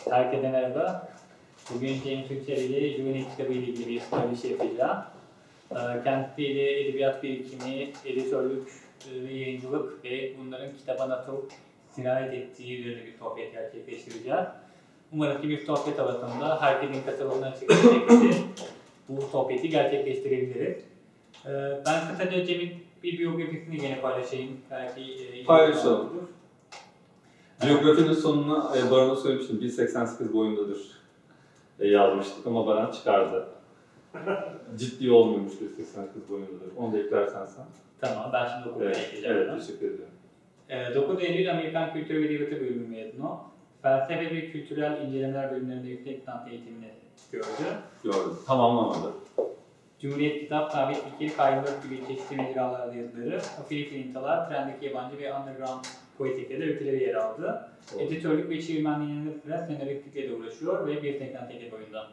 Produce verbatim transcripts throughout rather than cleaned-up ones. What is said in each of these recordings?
Herkese merhaba. Bugün James Hütter ile Juvenil kitabı ile ilgili bir söyleşi yapacağım. Kendisiyle edebiyat birikimi, editörlük ve yayıncılık ve bunların kitaba nasıl sirayet ettiği üzerine bir sohbet gerçekleştireceğiz. Umarım ki bir sohbet havasında herkesin katılımına çıkacak şekilde bu sohbeti gerçekleştirebiliriz. Ben kısaca Cem'in bir biyografisini gene paylaşayım. Belki paylaşalım. Biyografinin sonuna e, Baran'a söylemiştim, bir seksen sekiz boyundadır e, yazmıştık ama Baran çıkardı. Ciddi olmuyormuş bir seksen sekiz boyundadır. Onu da eklersen sen. Tamam, ben şimdi okumaya evet, ekleyeceğim. Evet, teşekkür ederim. E, dokuz Eylül Amerikan Kültür ve Edebiyatı bölümü mezunu. Felsefe ve kültürel incelemeler bölümlerinde yüksek lisans eğitimini gördü. Gördüm, tamamlamadı. Cumhuriyet Kitap, Sabit Fikir, Kaygılar gibi çeşitli mecralarda yazıları, Afili Filintalar, Trendeki Yabancı ve Underground Poetik'te de öyküleri yer aldı. Oh. Editörlük ve çevirmenliğinin yanı sıra senaristlikle de uğraşıyor ve bir seksen sekiz boyunda.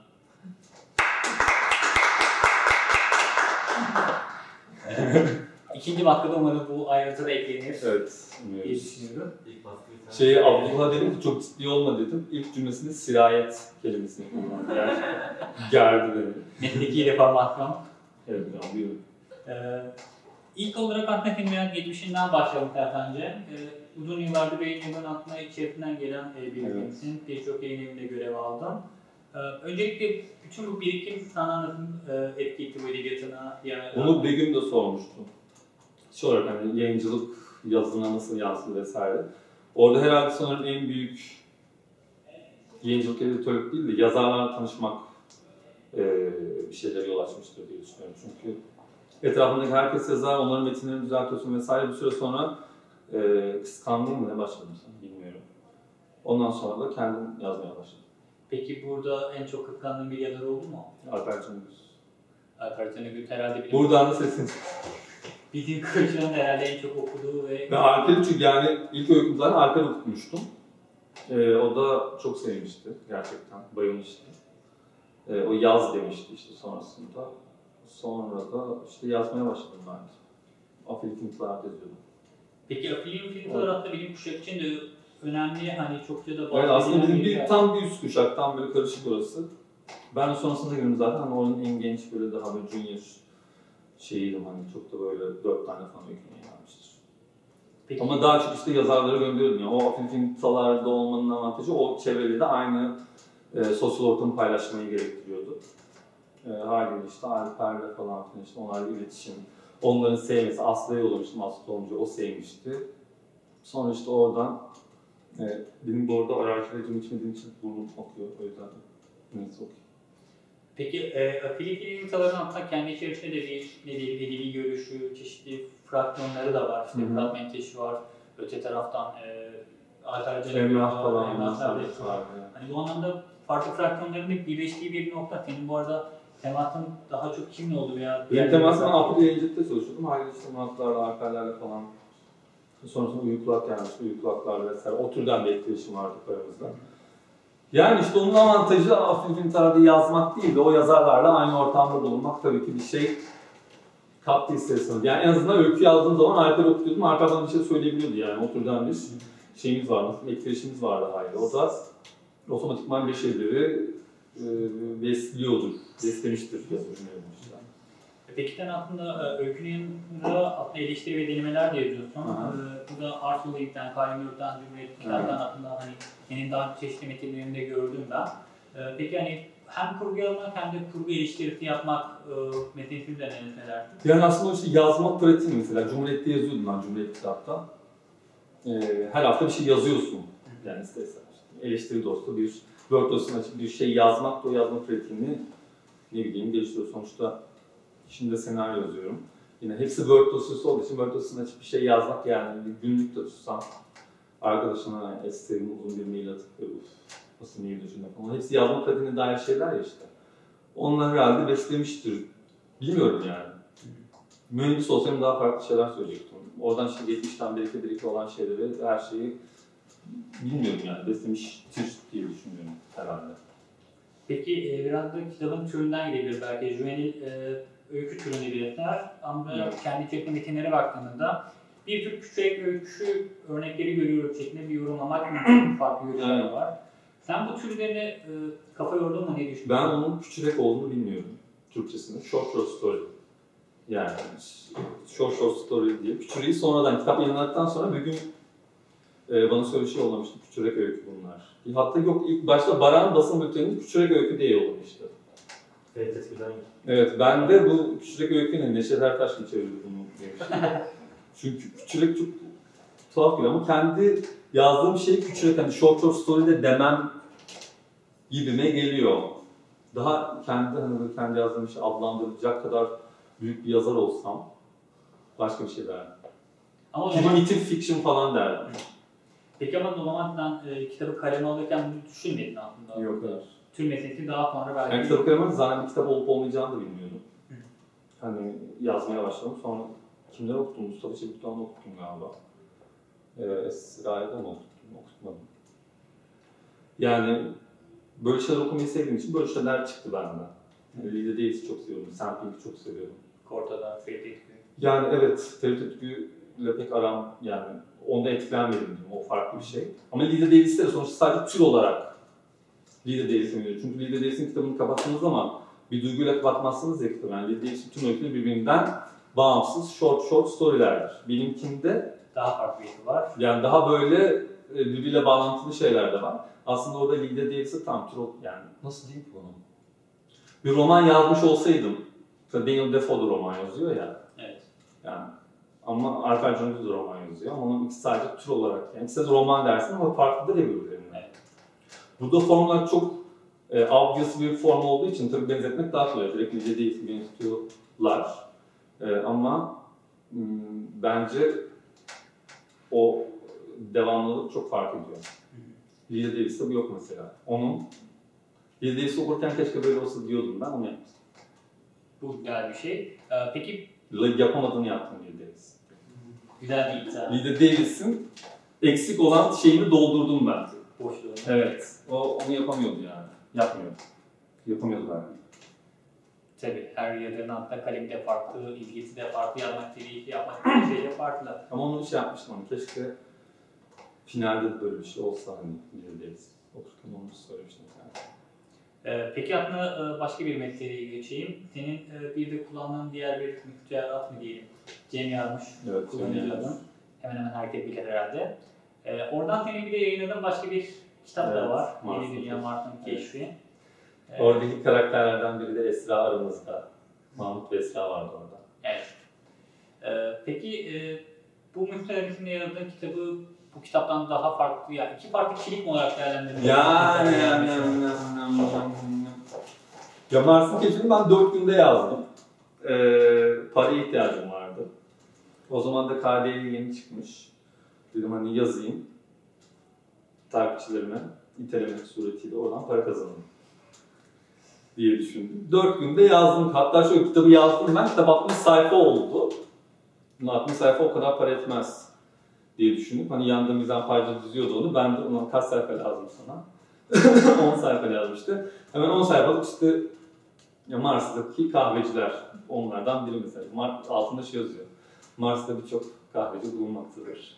İkinci maddede umarım bu ayrıntıda eklenir. Evet, diye düşünüyorum. Şey, Abdullah dedim ki çok ciddi olma dedim. İlk cümlesinde sirayet kelimesini kullandı. Yani gerdi beni. Mesleki reformasyon. Evet, yani buyurun. Ee, ilk olarak aslında senin biraz geçmişinden başlayalım sence. Ee, uzun yıllardır yayıncılığın aslında içerisinden gelen e, bir isimsin. Evet. Birçok yayın evinde görev aldın. Ee, öncelikle bütün bu birikim sana nasıl e, etki etti bu edebiyatına? Yani, Bunu bir gün de sormuştum. Şey olarak hani yayıncılık yazına nasıl yansıdı vesaire. Orada herhalde sanırım en büyük yayıncılık editörlük değil de yazarlarla tanışmak e, bir şeylere yol açmıştır diye düşünüyorum. Çünkü etrafındaki herkes yazar, onların metinlerini düzeltiyorsun vesaire. Bir süre sonra e, kıskandın mı ne başladın sen bilmiyorum. Ondan sonra da kendim yazmaya başladım. Peki burada en çok kıskandığın bir yazar oldu mu? Alper Canıgüz. Alper Canıgüz herhalde bir... Buradan da sesin. Bizim Kılıç'ın herhalde en çok okuduğu ve... Ben Alper'i çünkü yani ilk öykümü zaten Alper okutmuştum. Ee, o da çok sevmişti gerçekten, bayılmıştı. Ee, o yaz demişti işte sonrasında. Sonra da işte yazmaya başladım ben de. Afili Filintalar yazıyordum. Peki Afili Filintalar hatta benim kuşak için de önemli, hani çokça da... Evet, aslında bizim bir, tam bir üst kuşak, tam böyle karışık orası. Ben sonrasında girdim zaten, hani onun en genç böyle daha böyle junior şeyiydim, hani çok da böyle dört tane falan öykümeye gelmiştir. Peki. Ama daha çok işte yazarları gönderiyordum yani. O Afili Filintalar'da olmanın avantajı o çevrede de aynı e, sosyal ortamı paylaşmayı gerektiriyordu. E, haliyle işte Alper'le falan filan işte onlarla iletişim, onların sevmesi, Aslı'ya yollamıştım, Aslı olunca o sevmişti. Sonra işte oradan, e, benim bu arada araştırmacım içmediğim için burnum okuyor, o yüzden neyse okuyayım. Peki e, Afili Filintalar'ın aslında kendi içerisinde de bir ne diyeyim, edebi görüşü, çeşitli fraksiyonları da var. İşte Fırat Menteş var, öte taraftan e, Alper Canıgüz var, Emrah Serdeş var. Hani bu anlamda farklı fraksiyonların da birleştiği bir nokta. Senin bu arada temasın daha çok kimle oldu veya... Benim temasım Afili yayıncılıkta çalışıyordum. Haliyle işte Muratlarla, Alperlerle falan. Sonrasında Uyukulak gelmişti, Uyukulaklarla vesaire. O türden bir etkileşim vardı aramızda. Yani işte onun avantajı Afili Filintalar'da yazmak değil de o yazarlarla aynı ortamda bulunmak tabii ki bir şey kattı isterseniz. Yani en azından öykü yazdığım zaman Alper okuyordum, Alper bana bir şey söyleyebiliyordu yani. O türden bir şeyimiz vardı, etkileşimimiz vardı haliyle. O da otomatikman bir şeyleri e, besliyordur, beslemiştir diye düşünüyorum işte. Peki sen aslında öykünün yanında aslında eleştiri ve denemeler de yazıyorsun. Ee, bu da Arthur League'den, Kaymur'dan, Cumhuriyet Kitap'tan aslında hani senin daha çeşitli metinlerinde gördüm ben. Ee, peki hani hem kurgu yazmak hem de kurgu eleştirisi yapmak e, metinsiz de neler? Yani aslında işte yazmak pratiği mesela. Cumhuriyet'te yazıyordum ben, Cumhuriyet Kitap'ta. Ee, her hafta bir şey yazıyorsun. Yani istersen işte eleştiri dostu bir Word dosyasını açıp bir şey yazmak da o yazma pratiğini ne bileyim geliştiriyor. Sonuçta şimdi de senaryo yazıyorum. Yine hepsi Word dosyası olduğu için Word dosyasını açıp bir şey yazmak yani bir günlük de tutsan arkadaşına eserim uzun bir mail atıp uff nasıl mail düşünmek falan. Hepsi yazma pratiğine dair şeyler ya işte. Onlar herhalde beslemiştir. Bilmiyorum yani. Mühendis olsam daha farklı şeyler söyleyecektim. Oradan işte geçmişten birike birike olan şeyleri, her şeyi bilmiyorum yani. Beslemiştir diye düşünüyorum herhalde. Peki biraz da kitabın türünden gidebilir belki. Juvenil e, öykü türünde bir eser ama evet. Kendi içerisinde metinlere baktığında bir tür küçük öykü örnekleri görüyoruz şeklinde bir yorumlamak mümkün. Farklı yorumlar var. Sen bu türlerine e, kafa yordun mu, ne düşünüyorsun? Ben onun küçürek olduğunu bilmiyorum Türkçesinde. Short short story. Yani short short story diye. Küçüreği sonradan kitap yayınlandıktan sonra bir gün e, bana söyleşi yollamıştı. Küçürek öykü bunlar. Hatta yok, ilk başta Baran basın bülteninde küçürek öykü diye yollamıştı. Evet, eskiden. Evet, ben de bu küçürek öyküyle Neşet Ertaş geçiyordu bunu demiştim. Çünkü küçürek çok tuhaf geliyor ama kendi yazdığım şeyi küçürek, hani short short story de demem gibime geliyor. Daha kendi hani böyle kendi yazdığım işi adlandıracak kadar büyük bir yazar olsam başka bir şey derdim. Ama o zaman, Primitive fiction falan derdim. peki ama o zaman sen e, kitabı kaleme alırken bunu düşünmedin aslında. Yok hayır. Tüm metinki daha sonra belki... Yani kitabı kalemadım, zaten bir kitap olup olmayacağını da bilmiyordum. Hı. Hani yazmaya başladım, sonra kimleri okudum? Mustafa Çelikdoğan'ı okudum galiba. Ee, Esra'yı da mı okudum? Okutmadım. Yani böyle şeyler okumayı sevdiğim için böyle şeyler çıktı benden. Yani Lydia Davis'i çok seviyorum, Sam Pink'i çok seviyorum. Korta'da, Ferit Etkü. Yani evet, Ferit Etkü'yle pek aram, yani onda etkilenmedim diyeyim, o farklı bir şey. Ama Lydia Davis'te de sonuçta sadece tür olarak Lydia Davis'i biliyorum. Çünkü Lydia Davis'in kitabını kapattığınız zaman bir duyguyla kapatmazsınız ya kitabı. Yani Lydia Davis'in tüm öyküleri birbirinden bağımsız short short storylerdir. Benimkinde Daha farklı bir yapı var. yani daha böyle e, birbiriyle bağlantılı şeyler de var. Aslında orada Lydia Davis'e tam tür, yani nasıl diyeyim ki bunu? Bir roman yazmış olsaydım, Daniel Defoe da roman yazıyor ya. Evet. Yani ama Arthur Jones da roman yazıyor ama onun ikisi sadece tür olarak, yani ikisi de roman dersin ama farklı da birbirlerinden. Evet. Burada formlar çok e, obvious bir form olduğu için tabii benzetmek daha kolay. Direkt Lydia Davis'i benzetiyorlar. E, ama m, bence o devamlılık çok fark ediyor. Lydia Davis'te bu yok mesela. Onun Lydia Davis'i okurken keşke böyle olsa diyordum ben, onu yaptım. Bu güzel bir şey. Ee, peki Yapamadığını yaptım Lydia Davis. güzel bir iddia. Lydia Davis'in eksik olan şeyini doldurdum ben. Boşluğunu. Evet. O onu yapamıyordu yani. Yapmıyordu. Yapamıyordu belki. Tabii her yazarın hatta kalemi de farklı, ilgisi de farklı, yazmak istediği şey, yapmak istediği şey de farklı. Ama onu şey yapmıştım, hani keşke finalde de böyle bir şey olsa hani Lydia Davis. Okurken onu söylemiştim yani. Ee, peki aklına e, başka bir mesleğe geçeyim. Senin e, bir de kullandığın diğer bir müfterat mı diyelim? Cem yazmış. Evet, Cem kullanıcı yazmış. adın. Hemen hemen herkes bilir herhalde. Ee, oradan senin bir de yayınladığın başka bir kitap da Evet, var. Mars'ın Yeni Dünya Keşfi. Mars'ın Keşfi. Ee, Oradaki karakterlerden biri de Esra aramızda. Mahmut ve Esra vardı orada. Evet. Ee, peki e, bu müfterat içinde yazdığın kitabı bu kitaptan daha farklı, yani iki farklı kilit mi olarak değerlendirmek? Yani yani yani yani Ya Mars'ın Keşfi'ni ben dört günde yazdım. Ee, paraya ihtiyacım vardı. O zaman da K D V yeni çıkmış. Dedim hani yazayım. Takipçilerime itelemek suretiyle oradan para kazanırım diye düşündüm. Dört günde yazdım. Hatta şöyle kitabı yazdım ben. Kitap altmış sayfa oldu. altmış sayfa o kadar para etmez diye düşündüm. Hani yanında mizanpayda düzüyordu onu. Ben de ona kaç sayfa lazım sana? on sayfa yazmıştı. Hemen on sayfalık işte ya Mars'taki kahveciler. Onlardan biri mesela. Mars altında şey yazıyor. Mars'ta birçok kahveci bulunmaktadır.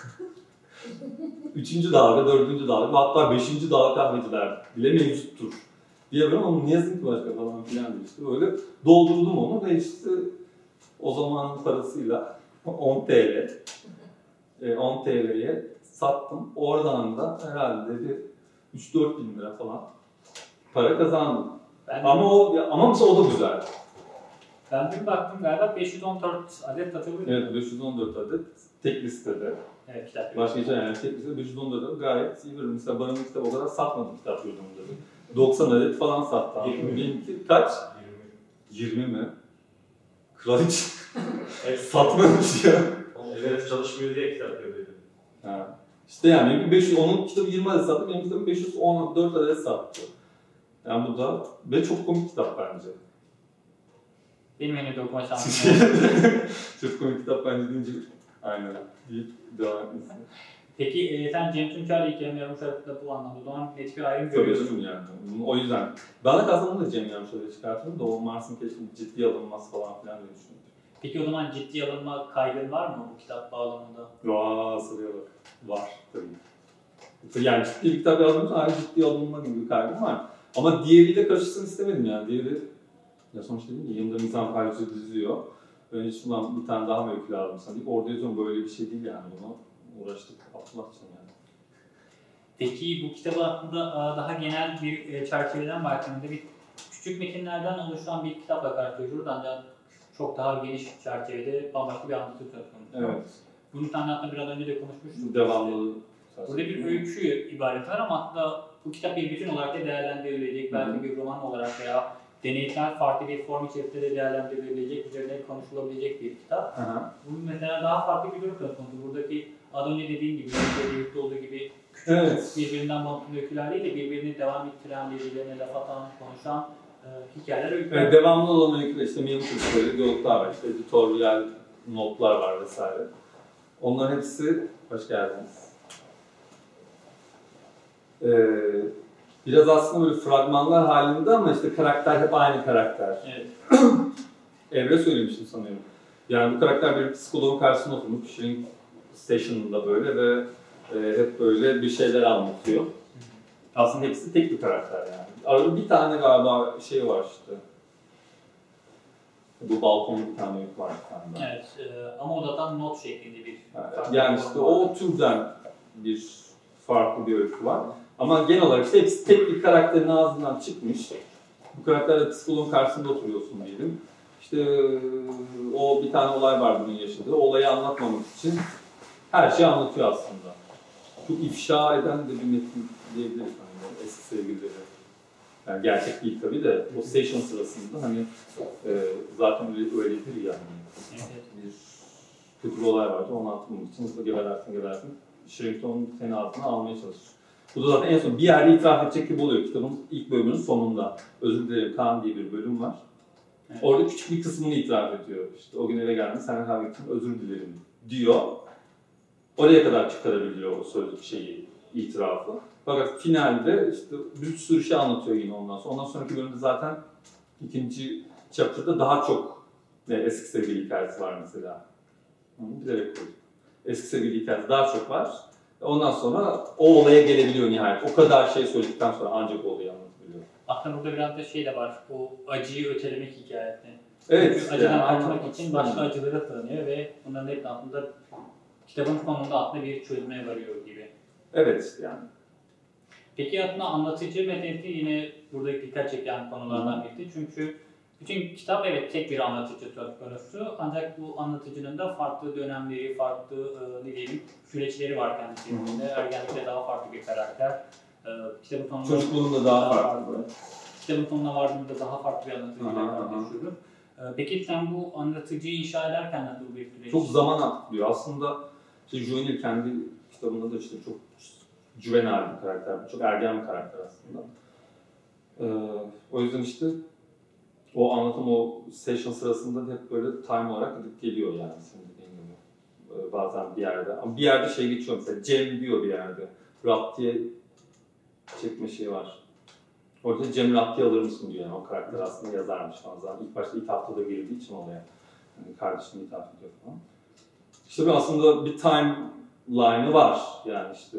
Üçüncü dalga, dördüncü dalga, hatta beşinci dalga kahveciler bile mevcuttur diye böyle, ama ne yazayım ki başka falan filan diye işte böyle doldurdum onu ve işte o zamanın parasıyla on TL, on TL'ye sattım. Oradan da herhalde bir üç dört bin lira falan para kazandım. Ben Ama o ama mesela o da güzel. Ben bir baktım galiba beş yüz on dört adet satılıyor. Evet, beş yüz on dört adet tek listede. Evet, kitap. Başka hiç yani tek listede beş yüz on dört adet gayet iyi bir. Mesela Baran'ın kitabı o kadar satmadı kitap yurdumunda. doksan adet falan sattı. yirmi. Benimki kaç? yirmi mi? Kral hiç satmamış ya. Evet, çalışmıyor diye kitap yapıyordu. Ha. İşte yani benimki beş yüz, onun kitabı yirmi adet sattı, benim kitabım beş yüz on dört adet sattı. Yani bu da ve çok komik kitap bence. Benim henüz okuma şansım yok. Çok komik kitap bence deyince aynen deyip devam etmesin. Peki e, sen Cem Tunçer'le İlker Yarımşar'da bu anlamda o zaman net bir ayrım Tabii görüyorsun. canım yani. O yüzden. Bana kalsam da Cem Yarımşar'ı çıkartırım da o Mars'ın keşfi ciddiye alınmaz falan filan diye düşünüyorum. Peki o zaman ciddi alınma kaygın var mı bu kitap bağlamında? Vaa soruya bak. Var tabii. Yani ciddi bir kitap yazdım, ayrı ciddi alınma gibi bir kaygım var. Ama diğeriyle karışsın istemedim yani. Diğeri, ya sonuçta değil mi? Yanımda mizanferci diziyor. Önce şundan bir tane daha mı öykü lazım sanıyım. Orada yazıyorum böyle bir şey değil yani. Buna uğraştık. Abdullah'cığım yani. Peki bu kitabı hakkında e, daha genel bir e, çerçeveden baktığında bir küçük metinlerden oluşan bir kitapla karşılaşıyoruz ancak çok daha geniş çerçevede bambaşka bir anlatı söz konusu. Evet. Bunun seninle hatta biraz önce de konuşmuştuk. Devamlı. Burada bir öykü ibaret var ama aslında bu kitap bir bütün olarak da değerlendirilecek. Belki Hı-hı. bir roman olarak veya deneysel farklı bir form içerisinde de değerlendirilebilecek, üzerine konuşulabilecek bir kitap. Hı-hı. Bu mesela daha farklı bir durum söz konusu. Buradaki az önce dediğim gibi, birlikte olduğu gibi küçük Evet. birbirinden bağımsız öyküler değil de birbirini devam ettiren, birbirlerine laf atan, konuşan e, hikayeler, öyküler. Evet, devamlı olan öyküler işte memur çocukları, diyaloglar var, işte editoryal notlar var vesaire. Onların hepsi, hoş geldiniz. Ee, biraz aslında böyle fragmanlar halinde ama işte karakter hep aynı karakter. Evet. Evre söylemiştim sanıyorum. Yani bu karakter bir psikoloğun karşısına oturmuş, Shrink Station'ında böyle ve e, hep böyle bir şeyler anlatıyor. Aslında hepsi tek bir karakter yani. Arada bir tane galiba şey var işte. Bu balkonda bir tane öykü var bir tane daha. Evet, e, ama o da tam not şeklinde bir. Evet, yani işte o türden bir farklı bir öykü var. Ama genel olarak işte hepsi tek bir karakterin ağzından çıkmış. Bu karakterle psikoloğun karşısında oturuyorsun diyelim. İşte o bir tane olay var bunun yaşadığı. O olayı anlatmamak için her şeyi anlatıyor aslında. Çok ifşa eden de bir metin diyebiliriz hani eski sevgilileri. Yani gerçek değil tabii de o session sırasında hani e, zaten öyle, öyledir yani. Evet, evet. Bir kötü bir olay vardı, onu atmamak için hızlı geberlersin geberlersin. Shrink'te onu senin ağzına almaya çalışır. Bu da zaten en son bir yerde itiraf edecek gibi oluyor. Kitabın ilk bölümünün sonunda. Özür dilerim Kaan diye bir bölüm var. Evet. Orada küçük bir kısmını itiraf ediyor. İşte o gün eve geldim, senden kahve için özür dilerim diyor. Oraya kadar çıkarabiliyor o sözlük şeyi, itirafı. Fakat finalde işte bir sürü şey anlatıyor yine ondan sonra. Ondan sonraki bölümde zaten ikinci chapter'da daha çok ne, eski sevgili hikayesi var mesela. Onu bilerek koydum. Eski sevgili hikayesi daha çok var. Ondan sonra o olaya gelebiliyor nihayet. O kadar şey söyledikten sonra ancak o olayı anlatabiliyor. Aslında burada biraz da şey de var, o acıyı ötelemek hikayesi. Evet. Çünkü acıdan yani, kaçmak anlatmak için istedim. başka acılara sığınıyor ve bunların hepsi aslında kitabın sonunda aslında bir çözüme varıyor gibi. Evet işte yani. Peki aslında anlatıcı medeniyeti yine burada dikkat çeken konulardan birisi. Çünkü bütün kitap evet tek bir anlatıcı söz konusu ancak bu anlatıcının da farklı dönemleri, farklı e, ne diyelim süreçleri var kendisinde. Ergenlikte daha farklı bir karakter. E, kitabın sonunda Çocukluğunda daha farklı. Kitabın sonuna vardığında daha farklı bir anlatıcıyla Aha, aha. karşılaşıyoruz. E, peki sen bu anlatıcıyı inşa ederken nasıl bir süreç? Çok zaman atlıyor. Aslında işte Juvenil kendi kitabında da işte çok juvenal bir karakter, çok ergen bir karakter aslında. Ee, o yüzden işte o anlatım, o session sırasında da hep böyle time olarak gidip geliyor yani senin dediğin gibi. Ee, bazen bir yerde. Ama bir yerde şey geçiyor mesela, Cem diyor bir yerde. Raptiye çekme şeyi var. Orada Cem Raptiye alır mısın diyor yani o karakter aslında yazarmış falan. İlk başta ilk haftada girdiği için olaya. Yani kardeşini ithaf ediyor falan. İşte bir aslında bir timeline'ı var yani işte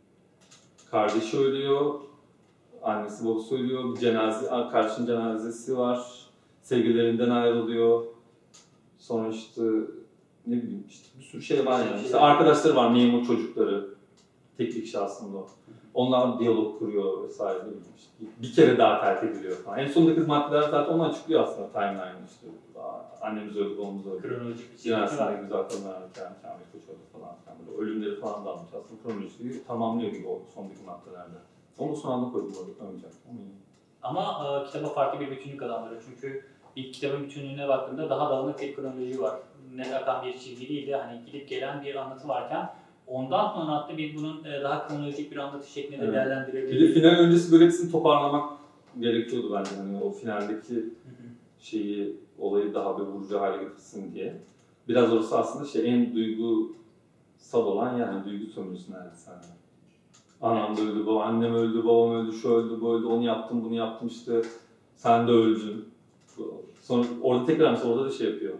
kardeşi ölüyor, annesi babası ölüyor, bir cenaze, kardeşinin cenazesi var, sevgililerinden ayrılıyor, sonra işte ne bileyim işte bir sürü şey var yani. İşte arkadaşları var, memur çocukları, tek bir kişi aslında o. Onlarla diyalog kuruyor vesaire ne bileyim işte. Bir kere daha terk ediliyor falan. En sondaki maddeler zaten onu açıklıyor aslında timeline'ı işte. Annemiz öldü, babamız öldü. kronolojik bir şey Cenazesinde var. güzel kadınlar varken, Kamil Koçoğlu falan filan böyle ölümleri falan da almış. Aslında kronolojiyi tamamlıyor gibi oldu sondaki maddelerde. Onu son anda koydum orada, ölmeyecek. Ama e, kitaba farklı bir bütünlük kazandırıyor. Çünkü ilk kitabın bütünlüğüne baktığında daha dağınık bir kronoloji var. Ne akan bir çizgi değil de hani gidip gelen bir anlatı varken ondan sonra hatta bir bunun e, daha kronolojik bir anlatı şeklinde Evet. değerlendirebiliriz. Bir de final öncesi böyle hepsini toparlamak gerekiyordu bence. Hani o finaldeki şeyi, olayı daha bir vurucu hale getirsin diye. Biraz orası aslında şey en duygusal olan yani duygu sömürüsü neredeyse. Yani. Anam da öldü, babam, annem öldü, babam öldü, şu öldü, bu öldü, onu yaptım, bunu yaptım işte. Sen de öldün. Sonra orada tekrar mesela orada da şey yapıyor.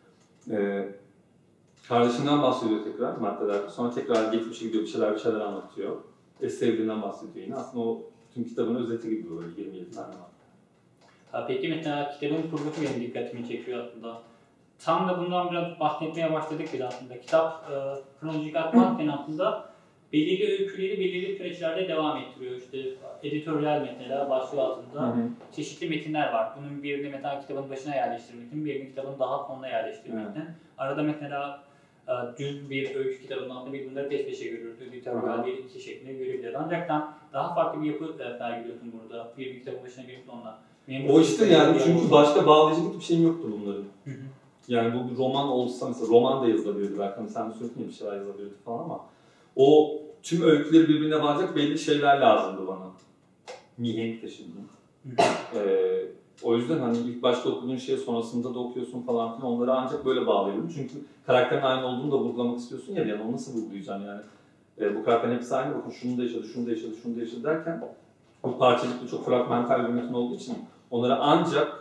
Ee, kardeşinden bahsediyor tekrar maddeler. Sonra tekrar geçmişe gidiyor, bir şeyler bir şeyler anlatıyor. sevdiğinden bahsediyor yine. Aslında o tüm kitabın özeti gibi böyle yirmi yedi tane var. Ha, peki mesela kitabın kurgusu benim dikkatimi çekiyor aslında. Tam da bundan biraz bahsetmeye başladık biz aslında. Kitap e, kronolojik atmazken aslında belirli öyküleri belirli süreçlerde devam ettiriyor. İşte editoryal mesela başlığı altında Hı hı. çeşitli metinler var. Bunun birini mesela kitabın başına yerleştirmetin, birini kitabın daha sonuna yerleştirmetin. Evet. Arada mesela e, düz bir öykü kitabının altında biz bunları peş peşe görürüz. Editoryal bir iki şeklinde görebiliriz. Ancak sen daha farklı bir yapı e, sergiliyorsun burada. Bir kitabın başına bir sonuna. Benim O işte yani çünkü olsun. başka bağlayıcı hiçbir şeyim yoktu bunların. Hı hı. Yani bu bir roman olsa mesela roman da yazılabilirdi belki hani sen de söylediğin bir şeyler yazılabilirdi falan ama o tüm öyküleri birbirine bağlayacak belli şeyler lazımdı bana. Mihenk taşıdığım. ee, o yüzden hani ilk başta okuduğun şeyi sonrasında da okuyorsun falan filan onları ancak böyle bağlayabilirim. Çünkü karakterin aynı olduğunu da vurgulamak istiyorsun ya yani onu nasıl vurgulayacaksın yani. Ee, bu karakterin hepsi aynı bakın şunu da yaşadı, şunu da yaşadı, şunu da yaşadı derken bu parçacıklı çok fragmental bir metin olduğu için onlara ancak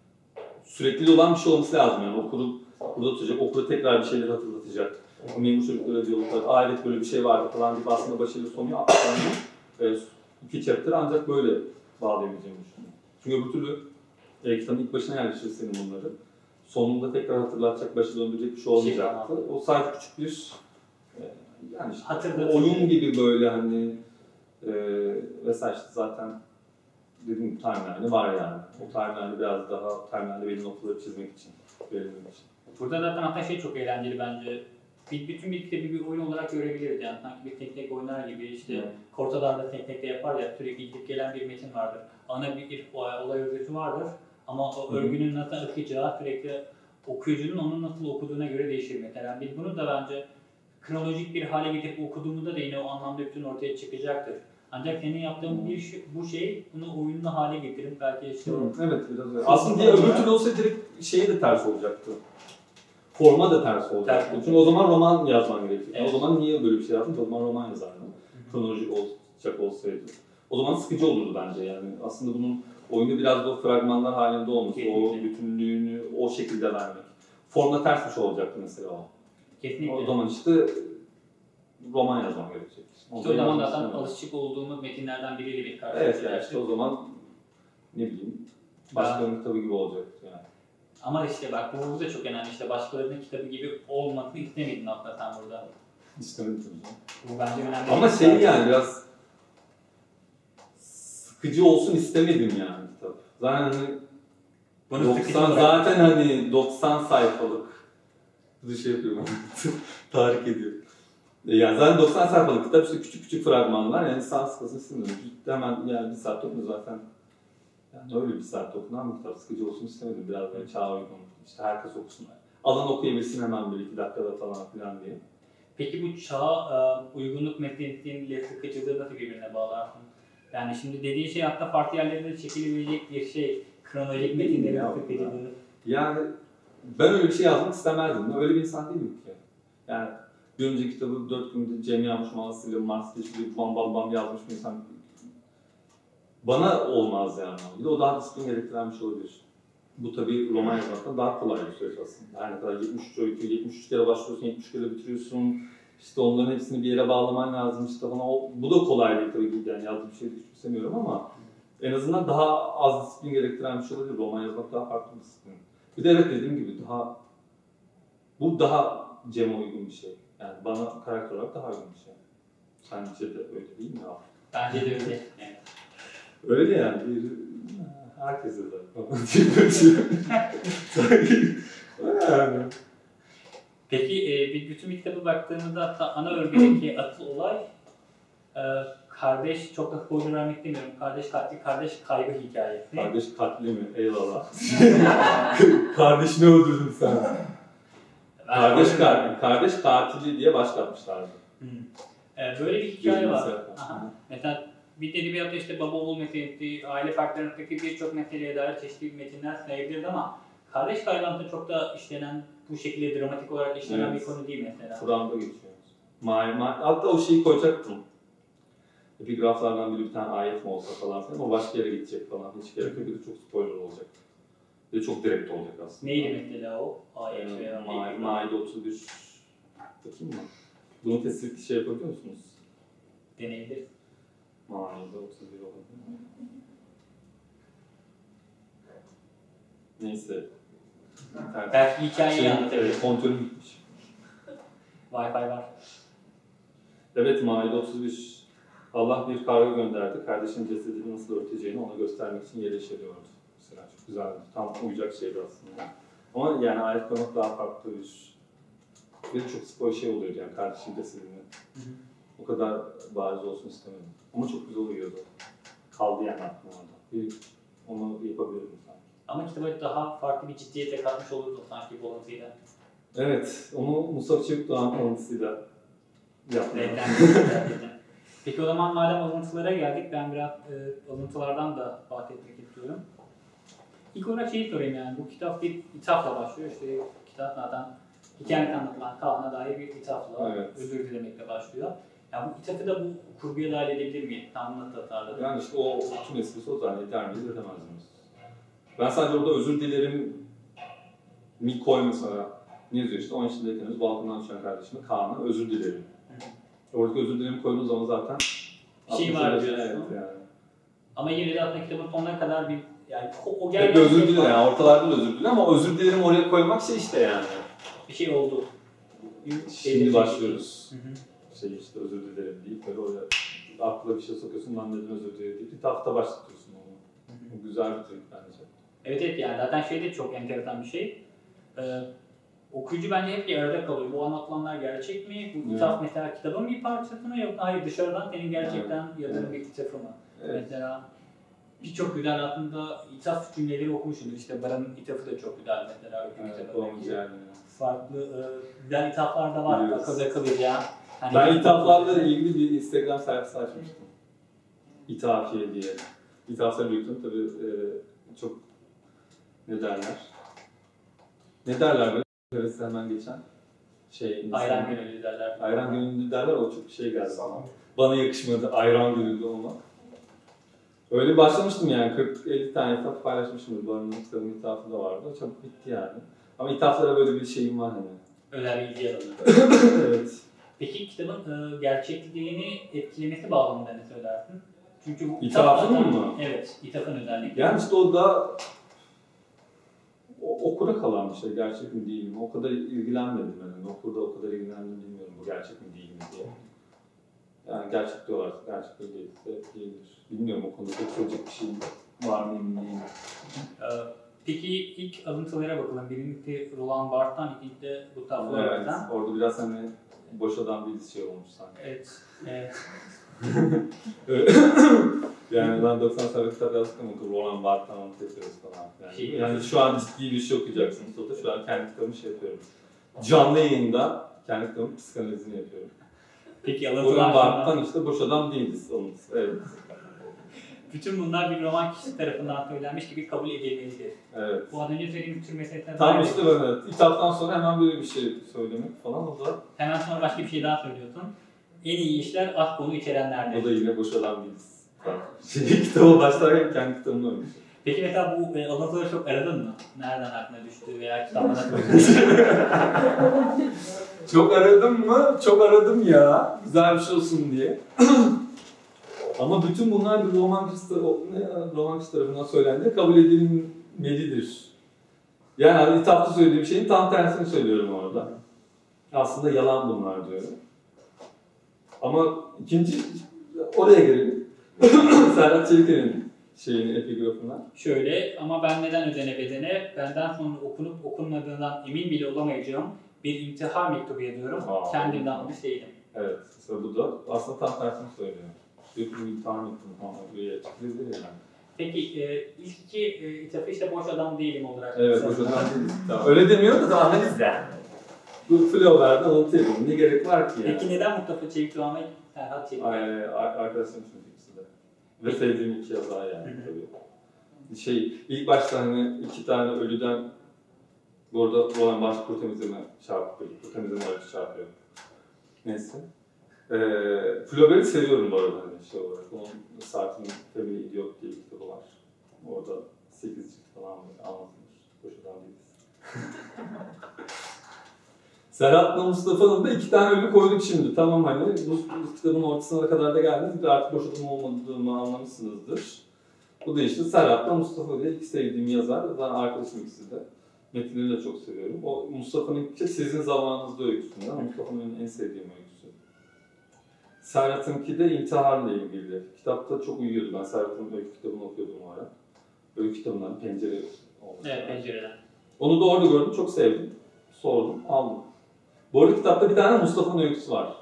sürekli olan bir şey olması lazım yani okuru burada tutacak, okuru tekrar bir şeyleri hatırlatacak. Memur çocuklara diyaloglar, aa evet böyle bir şey vardı falan deyip aslında başarılı sonu atlarını e, iki chapter ancak böyle bağlayabileceğimi düşünüyorum. Çünkü öbür türlü e, kitabın ilk başına yerleştirir senin bunları. Sonunda tekrar hatırlatacak, başa döndürecek bir şey olmayacaktı. O sadece küçük bir e, yani işte, oyun gibi böyle hani e, vesaire işte zaten dediğim gibi timeline'ı var yani. O timeline'ı biraz daha timeline'de belli noktaları çizmek için, belirlemek için. Burada zaten hatta şey çok eğlenceli bence. Bir, bütün bir kitabı bir oyun olarak görebiliriz yani. Sanki bir tek tek oynar gibi işte Evet. Kortadar'da tek tek de yapar ya sürekli gidip gelen bir metin vardır. Ana bir, bir olay örgüsü vardır ama o örgünün nasıl akacağı sürekli okuyucunun onun nasıl okuduğuna göre değişir mesela. Biz bunu da bence kronolojik bir hale getirip okuduğumuzda da yine o anlamda bütün ortaya çıkacaktır. Ancak senin yaptığın bir şey, bu şey bunu oyunlu hale getirip belki işte o... Evet biraz öyle. Aslında diye öbür türlü olsa direkt şeye de ters olacaktı. Forma da ters olacaktı. Ters. Çünkü o zaman roman yazman gerekiyor. Evet. O zaman niye böyle bir şey yaptın? O zaman roman yazardın. Kronolojik olacak olsaydı. O zaman sıkıcı olurdu bence yani. Aslında bunun oyunu biraz da o fragmanlar halinde olması, Kesinlikle. o bütünlüğünü o şekilde vermek. Formda ters bir şey olacaktı mesela o. Kesinlikle. O zaman işte roman yazmam gerekecek. İşte o zaman zaten alışık olduğumuz metinlerden biriyle bir karşı. Evet yani işte o zaman ne bileyim başkalarının kitabı gibi olacaktı yani. Ama işte bak bu da çok önemli işte başkalarının kitabı gibi olmasını istemedin hatta sen burada. İstemedim tabii. Bu bence önemli. Ama şey yani biraz sıkıcı olsun istemedim yani kitap. Zaten hani Bunu doksan zaten hani doksan sayfalık bir şey yapıyorum. Tahrik ediyor. Yani zaten doksan sayfalık kitap işte küçük küçük fragmanlar yani insan sıkılsın istemiyorum. Hemen yani bir saat okunu zaten yani öyle bir saat okunan bir kitap sıkıcı olsun istemedim. Biraz böyle çağa uygun. İşte herkes okusun. Alan okuyabilsin hemen bir iki dakikada falan filan diye. Peki bu çağa e, uygunluk metinliğiyle sıkıcılığı nasıl birbirine bağlarsın? Yani şimdi dediğin şey hatta farklı yerlerde çekilebilecek bir şey. Kronolojik metinlerin Ya, sıkıcılığı. Yani ben öyle bir şey yazmak istemezdim. Öyle bir insan değilim ki. Yani bir önceki kitabı dört günde Cem Yağmış Malası'yla Mars geçirip bam bam bam yazmış bir insan. Bana olmaz yani. Bir de o daha disiplin gerektiren bir şey olabilir. Bu tabii roman yazmaktan daha kolay bir süreç aslında. Her ne kadar yetmiş üç öykü, yetmiş üç kere başlıyorsun, yetmiş üç kere bitiriyorsun. İşte onların hepsini bir yere bağlaman lazım işte bana. O, bu da kolay değil tabii ki yani yazdığım bir şey hiç istemiyorum ama en azından daha az disiplin gerektiren bir şey olabilir. Roman yazmak daha farklı bir disiplin. Bir de evet dediğim gibi daha bu daha Cem'e uygun bir şey. Yani bana karakter olarak daha uygun bir şey. Sence de öyle değil mi abi? Bence de öyle. Evet. Öyle yani. Bir, herkese de. yani. Peki e, bir bütün bir kitabı baktığımızda hatta ana örgüdeki asıl olay e, kardeş, çok da spoiler vermek istemiyorum. Kardeş katli, kardeş kaybı hikayesi. Kardeş katli mi? Eyvallah. Kardeşini öldürdün sen. Kardeş, katili, kardeş katili diye başlatmışlardı. Hmm. E, böyle bir hikaye Gözünü var. seveyim. Aha. Mesela bir edebiyatta işte baba oğul meselesi, aile fertlerindeki birçok meseleye dair çeşitli metinler sayabiliriz ama kardeş kaybında çok da işlenen, bu şekilde dramatik olarak işlenen Evet. bir konu değil mesela. Kur'an'da geçiyor. Ma ma hatta o şeyi koyacaktım. Epigraflardan biri bir tane ayet mi olsa falan filan ama başka yere gidecek falan. Hiç gerek yok. Bir de çok spoiler olacak. Bir de çok direkt olacak aslında. Neydi mesela o? Ayet Ee, veya Ma Maide otuz bir. Bakayım mı? Bunu tespit şey yapabiliyor musunuz? deneyebiliriz. Manide otuz bir olabilir. Neyse. Evet. Belki hikayeyi Şey, anlatabilir. evet, kontörüm gitmiş. Wi-Fi var. Evet, Maide otuz bir. Allah bir karga gönderdi. Kardeşin cesedini nasıl örteceğini ona göstermek için yere işeliyordu. Mesela çok güzeldi. Tam uyacak şeydi aslında. Ama yani ayet koymak daha farklı bir... Bir çok spor şey oluyor yani kardeşin cesedini. Hı hı. O kadar bariz olsun istemedim. Ama çok güzel uyuyordu. Kaldı yani aklımda orada. Bir, onu yapabilirim sanki. Ama kitaba daha farklı bir ciddiyete katmış olurdu sanki bu alıntıyla. Evet, onu Mustafa Çevikdoğan alıntısıyla yaptım. Renklendirdim. Peki o zaman madem alıntılara geldik, ben biraz e, alıntılardan da bahsetmek istiyorum. İlk olarak şeyi sorayım yani, bu kitap bir ithafla başlıyor. İşte kitap zaten hikayede anlatılan Kaan'a dair bir ithafla, Evet. özür dilemekle başlıyor. Yani bu ithafı da bu kurguya dahil edebilir mi? Tam nasıl tasarladım? Yani işte o tüm esprisi o zaten eder miyiz, edemez miyiz? Ben sadece orada özür dilerim mi koy mesela. Ne yazıyor işte, on yaşındayken henüz balkondan düşen kardeşime Kaan'a özür dilerim. Oradaki özür dilerim koyduğu zaman zaten Bir şey var altmış diyorsun. Evet yani. Ama yine de aslında kitabın sonuna kadar bir, yani o, o Hep gerçekten özür dilerim yani ortalarda da özür dilerim ama özür dilerim oraya koymak şey işte yani. bir şey oldu. Şimdi başlıyoruz. Hı hı. Şey işte özür dilerim deyip böyle oraya aklına bir şey sokuyorsun, lan neden özür dilerim deyip bir tahta başlatıyorsun onu. Hı hı. Bu güzel bir trik bence. Evet evet, yani zaten şey de çok enteresan bir şey. Ee, okuyucu bence hep bir arada kalıyor. Bu anlatılanlar gerçek mi? Bu ithaf Evet. mesela kitabın bir parçası mı, yoksa hayır dışarıdan senin gerçekten Evet. yazdığın Evet. bir ithafı mı? Evet. Mesela birçok güzel aslında ithaf cümleleri okumuşumdur. İşte Baran'ın ithafı da çok güzel mesela. Öykü Evet, kitabı. o güzel yani. Farklı e, güzel ithaflar da var. Biliyoruz. Akılda kalıcı. Hani Ben ithaflarla ilgili bir Instagram sayfası açmıştım. İthafiye diye. İthafları büyüktüm tabii e, çok ne derler? Ne derler böyle? Hevesle hemen geçen şey. insan- Ayran gönüllü derler. Ayran gönüllü derler, o çok şey geldi bana. Bana yakışmadı ayran gönüllü olmak. Öyle başlamıştım yani kırk elli tane ithaf paylaşmışımdır. Baran'ın kitabının ithafı da vardı. Çabuk bitti yani. Ama ithaflara böyle bir şeyim var hani. Özel bilgi alanı. Evet. Peki kitabın e, gerçekliğini etkilemesi bağlamında ne söylersin? Çünkü bu İthafın zaten- mı? Evet, ithafın özellikle. Yani işte o da o, okura kalan bir şey. Gerçek mi değil mi? O kadar ilgilenmedim yani. Okurda o kadar ilgilendim bilmiyorum bu gerçek mi değil mi diye. Yani gerçek diyorlarsa gerçek değil değilse değildir. Bilmiyorum o konuda çok söyleyecek bir şey var mı emin değilim. Ee, Peki ilk alıntılara bakalım. Birincisi Roland Barthes'tan, ikinci de Gustave Evet, Flaubert'ten. orada biraz hani boş adam bir şey olmuş sanki. Evet. evet. Yani ben doksan sayfa kitap yazdık ama Roland Barthes'tan anlatı yapıyoruz falan. Yani, Şey- yani şu an ciddi bir şey okuyacaksınız. O da şu an kendi kitabımı şey yapıyorum. Canlı yayında kendi kitabımın psikanalizini yapıyorum. Peki Roland alıntılar Barthes'tan işte boş adam değiliz onun. Evet. bütün bunlar bir roman kişisi tarafından söylenmiş gibi kabul edilmelidir. Evet. Bu az önce söylediğim tür meselesine Tam dair- işte ben evet. İthaftan sonra hemen böyle bir şey söylemek falan o da Hemen sonra başka bir şey daha söylüyorsun. En iyi işler az konu içerenlerdir. o da yine boş adam değiliz. Şey, kitaba başlarken kendi kitabımı ölmüş. Peki mesela bu e, alıntıları çok aradın mı? Nereden aklına düştü veya kitapta nasıl düştü? Çok aradım mı? Çok aradım ya. Güzel bir şey olsun diye. Ama bütün bunlar bir romancı, romancı tarafından söylendiği kabul edilmelidir. Yani ithafta söylediğim şeyin tam tersini söylüyorum orada. Aslında yalan bunlar diyorum. Ama ikinci, oraya gelelim. Serhat Çeviker'in şeyini, epigrafına. Şöyle, ama ben neden ödene bedene, benden sonra okunup okunmadığından emin bile olamayacağım bir intihar mektubu yazıyorum. Aa. Kendimden almış değilim. Evet, mesela bu da aslında tam tersini söylüyor. Büyük bir intihar mektubu falan buraya çıkabilir yani. Peki e, ilk iki e, ithafı işte boş adam değilim olarak. Evet, boş adam değiliz. Tamam, öyle demiyor da da analiz yani. Bu Flaubert'den alıntı yapalım. Ne gerek var ki yani? Peki neden Mustafa Çevik Doğan'a Serhat Çevik? Ay, ar- arkadaşlarım çünkü ikisi de. Ve sevdiğim iki yazar yani tabii. Şey, ilk başta hani iki tane ölüden bu arada olan baş kur temizleme çarpıyor. Kur temizleme aracı çarpıyor. Neyse. Ee, Flaubert'i seviyorum bu arada hani şey olarak. Onun Sartre'ın Family Idiot diye bir kitabı var. Orada sekiz cilt falan anlatılmış. Boş adam değiliz. Serhat'la Mustafa'nın da iki tane ölü koyduk şimdi. Tamam hani bu, bu kitabın ortasına kadar da geldiniz. Artık boş adam olmadığımı anlamışsınızdır. Bu da işte Serhat'la Mustafa diye iki sevdiğim yazar. Ben arkadaşım ikisi de. Metinleri de çok seviyorum. O Mustafa'nın sizin zamanınızda öyküsünden. Mustafa'nın en sevdiğim öyküsü. Serhat'ınki de intiharla ilgili. Kitapta çok uyuyordu. Ben Serhat'ın öykü kitabını okuyordum o ara. Öykü kitabından pencere olması. Evet, pencereden. Onu da orada gördüm. Çok sevdim. Sordum, aldım. Bu arada kitapta bir tane Mustafa'nın öyküsü var.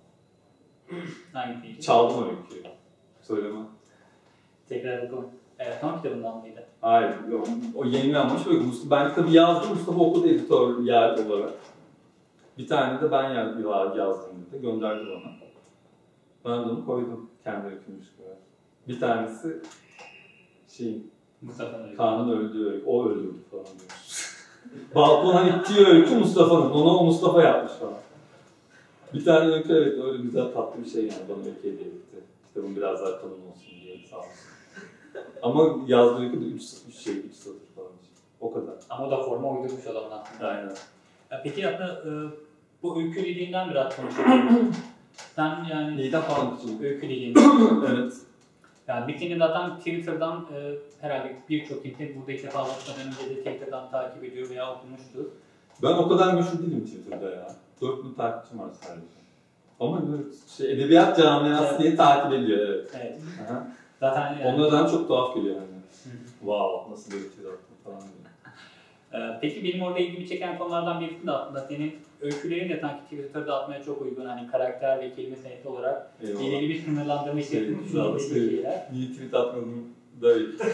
Hangi Çaldım öyküyü. Söyleme. Tekrar bakalım. Evet, son kitabından mıydı? Hayır, o, o yenilenmiş öykü. Ben kitabı yazdım, Mustafa okudu editör yer olarak. Bir tane de ben yazdım dedi, gönderdi bana. Ben de onu koydum, kendi öykümüş gibi. Bir tanesi şey, Mustafa'nın Kaan'ın öldüğü öykü, o öldürdü falan diyoruz. Balkondan ittiği öykü Mustafa'nın, onu o Mustafa yapmış falan. Bir tane öykü evet, öyle güzel tatlı bir şey yani, bana öykü hediye etti. Kitabım biraz daha kalın olsun diye, sağ olsun. Ama yazdığı öykü de üç şey, üç satır falan. O kadar. Ama o da forma uydurmuş adamdan. Aynen. Ya peki hatta e, bu öykü dilinden biraz konuşalım. Sen yani Neyden falan kutuldu? öykü dilinden. Evet. Yani bittiğinde zaten Twitter'dan e, herhalde birçok insan burada ilk defa başlamadan önce de Twitter'dan takip ediyor veya okumuştu. Ben o kadar meşhur değilim Twitter'da ya. dört bin takipçim var sadece. Ama böyle şey, edebiyat camiası Evet. diye takip ediyor evet. Evet. Aha. Zaten yani, Onlardan çok tuhaf geliyor yani. Hı hı. Wow, nasıl böyle bir şey yaptın falan diyor. Ee, peki benim orada ilgimi çeken konulardan birisi de aslında senin öykülerin de sanki Twitter'da atmaya çok uygun, hani karakter ve kelime seneti olarak Eyvallah. belirli bir sınırlandırma içerisinde Şey, düşünebildiği şey, şeyler. Niye tweet atmadım da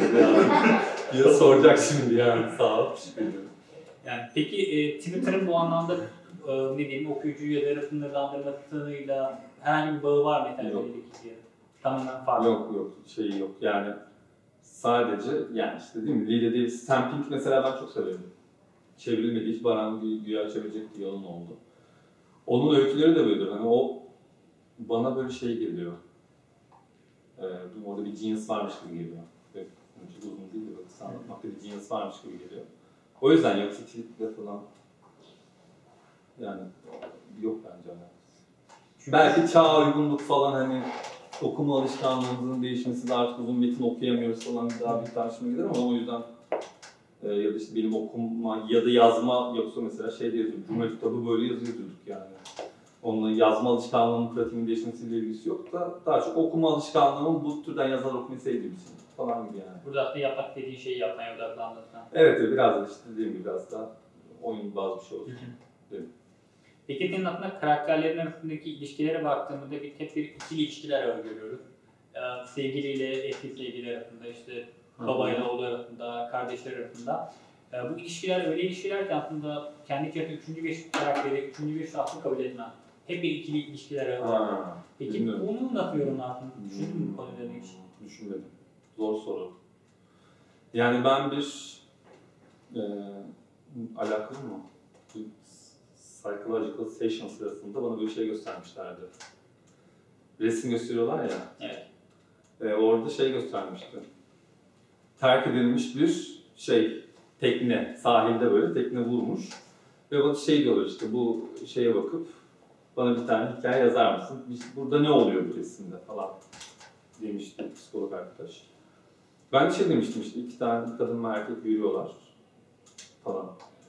ya, ya soracak şimdi yani sağ ol. Teşekkür ederim. Yani peki e, Twitter'ın bu anlamda e, ne diyeyim okuyucu üyeleri sınırlandırmasıyla herhangi bir bağı var mı mesela Yok. böyle bir tamamen farklı. Yok yok şey yok yani sadece yani işte değil mi Lily Davis, Sam Pink mesela ben çok severim. Çevrilmedi hiç Baran Gü güya çevirecek diye yalan oldu. Onun öyküleri de böyledir hani o bana böyle şey geliyor. Ee, orada bir genius varmış gibi geliyor. Ve çok uzun değil de böyle kısa anlatmakta bir genius varmış gibi geliyor. O yüzden yoksa tweetle falan yani yok bence alakası. Belki çağa uygunluk falan hani okuma alışkanlığımızın değişmesi de artık uzun metin okuyamıyoruz falan daha bir tartışma gider ama o yüzden e, ya da işte benim okuma ya da yazma yoksa mesela şey diye yazıyorum, cümle kitabı böyle yazıyorduk yani. Onunla yazma alışkanlığının pratiğinin değişmesiyle ilgisi yok da daha çok okuma alışkanlığımın bu türden yazar okumayı sevdiğim için falan gibi yani. Burada aslında yapmak dediğin şeyi yapmaya odaklandın. Evet, evet biraz da işte dediğim gibi biraz da oyun bazı bir şey olsun. Peki senin aslında karakterlerin arasındaki ilişkilere baktığımızda bir hep bir ikili ilişkiler görüyoruz. Ee, sevgiliyle eski sevgili arasında, işte babayla oğlu arasında, kardeşler arasında. Ee, bu ilişkiler öyle ilişkiler ki aslında kendi içerisinde üçüncü bir karakteri, üçüncü bir şahsı kabul etmez. Hep bir ikili ilişkiler var. Ha, Peki bilmiyorum. bunu nasıl yorumlarsın? Düşündün mü bu konuyla ilgili? Düşünmedim. Zor soru. Yani ben bir e, alakalı mı? Bir psychological session sırasında bana bir şey göstermişlerdi. Resim gösteriyorlar ya. Evet. E, orada şey göstermişti. Terk edilmiş bir şey, tekne, sahilde böyle tekne vurmuş. Ve bana şey diyorlar işte bu şeye bakıp bana bir tane hikaye yazar mısın? Burada ne oluyor bu resimde falan demişti psikolog arkadaş. Ben de şey demiştim işte iki tane kadın ve erkek yürüyorlar falan.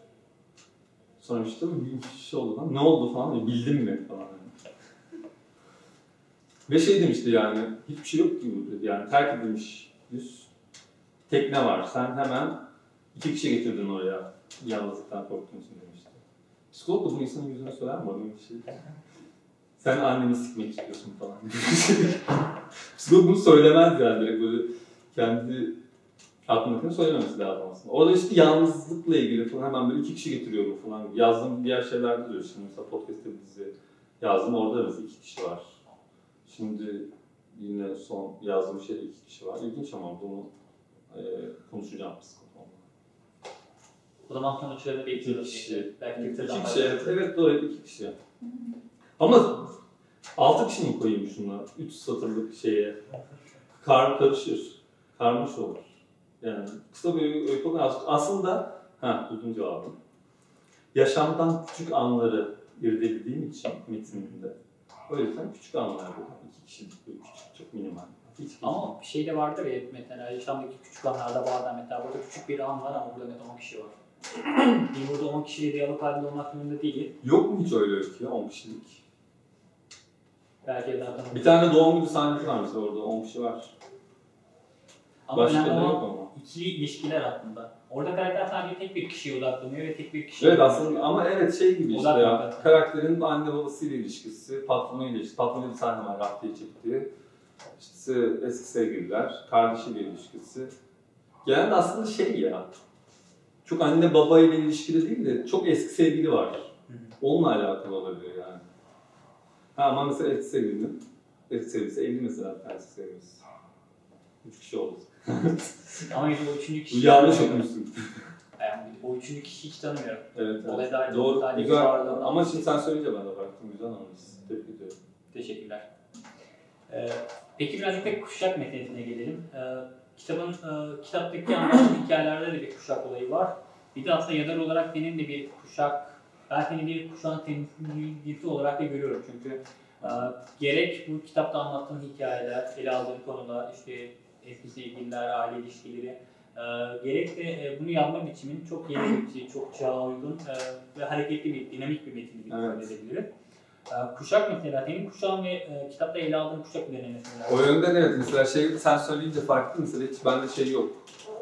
Sonra işte bir şey oldu lan, ne oldu falan, bildin mi falan. Ve şey demişti yani, hiçbir şey yok ki burada, yani terk edilmiş bir tekne var. Sen hemen iki kişi getirdin oraya, yalnızlıktan korktuğun için demişti. Psikolog da bunu insanın yüzüne söyler mi? Öyle bir şey. Sen anneni sikmek istiyorsun falan. Psikolog bunu söylemez yani, direkt böyle kendi aklındakini söylememesi lazım aslında. Orada işte yalnızlıkla ilgili falan hemen böyle iki kişi getiriyorum falan. Yazdığım diğer şeylerde diyor. Şimdi mesela podcast'te bir dizi yazdım, orada mesela iki kişi var. Şimdi yine son yazdığım şeyde iki kişi var. İlginç ama bunu e, konuşacağım psikologla. O zaman sonuçlarını İki bekliyoruz. kişi. Belki İki Twitter'dan kişi, evet, evet doğru iki kişi. Ama altı kişi mi koyayım şuna? Üç satırlık şeye. Kar karışır. Karmış olur. Yani kısa bir öykü aslında, ha uzun cevabım. Yaşamdan küçük anları irdelediğim için metninde. O yüzden küçük anlar bu. İki kişilik böyle küçük, çok minimal. Hiç Ama bir şey de vardır ya mesela yaşamdaki küçük anlarda bazen mesela burada küçük bir an var ama burada mesela on kişi var. Bir burada on kişiyle diyalog halinde olmak zorunda değil. Yok mu hiç öyle öykü ya on kişilik? Belki zaten Bir tane doğum günü sahnesi var mesela orada on kişi var. ama Başka önemli da yok olan ama. ikili ilişkiler aslında. Orada karakter sadece tek bir kişiye odaklanıyor ve tek bir kişiye Evet aslında ama evet şey gibi işte Odaklı ya. zaten. Karakterin anne babasıyla ilişkisi, patronuyla ilişkisi. Patronuyla bir sahne var haftaya çektiği. İşte eski sevgililer, kardeşiyle ilişkisi. Genelde aslında şey ya. Çok anne baba ile ilişkili değil de çok eski sevgili var. Hı hı. Onunla alakalı olabilir yani. Ha ama mesela eski sevgilinin, eski sevgilisi evli mesela eski sevgilisi. Üç kişi oldu. Ama yine o üçüncü kişi Yanlış okumuşsun. Yani o üçüncü kişi hiç tanımıyorum. Evet, Olay evet. daha Doğru, sadece güzel. çağrılarından- Ama şimdi sen söyleyince ben de baktım, güzel anlamışsın. Tebrik ediyorum. Teşekkürler. Ee, peki birazcık da kuşak meselesine gelelim. Ee, kitabın, e, kitaptaki anlatılan hikayelerde de bir kuşak olayı var. Bir de aslında yazar olarak senin de bir kuşak, ben seni bir kuşağın temsilcisi olarak da görüyorum. Çünkü e, gerek bu kitapta anlattığın hikayeler, ele aldığın konular, işte eski sevgililer, aile ilişkileri, e, gerek de e, bunu yazma biçimin çok yenilikçi, çok çağa uygun e, ve hareketli bir, dinamik bir metin gibi Evet. ifade edebilirim. Ee, Kuşak mesela, senin kuşağın ve e, kitapta ele aldığın kuşak üzerine mesela. O yönden evet, mesela şey sen söyleyince fark ettim, mesela hiç bende şey yok.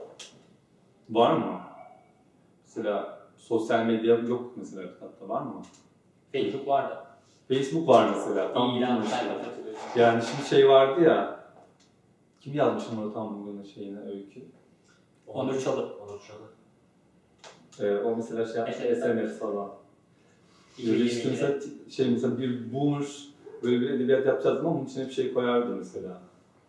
Var mı? Mesela sosyal medya yok mesela kitapta, var mı? Facebook vardı. Facebook var mesela. Tam İlan bunun sayfa şey. satılıyor. Yani şimdi şey vardı ya, kim yazmış onu tam bunun şeyine öykü? Onur Çalı. Onur Çalı. Ee, o mesela şey yapmış, S M S falan. Böyle işte iki bin yirmide. mesela t- şey mesela bir boomer böyle bir edebiyat yapacağız ama bunun içine bir şey koyardı mesela.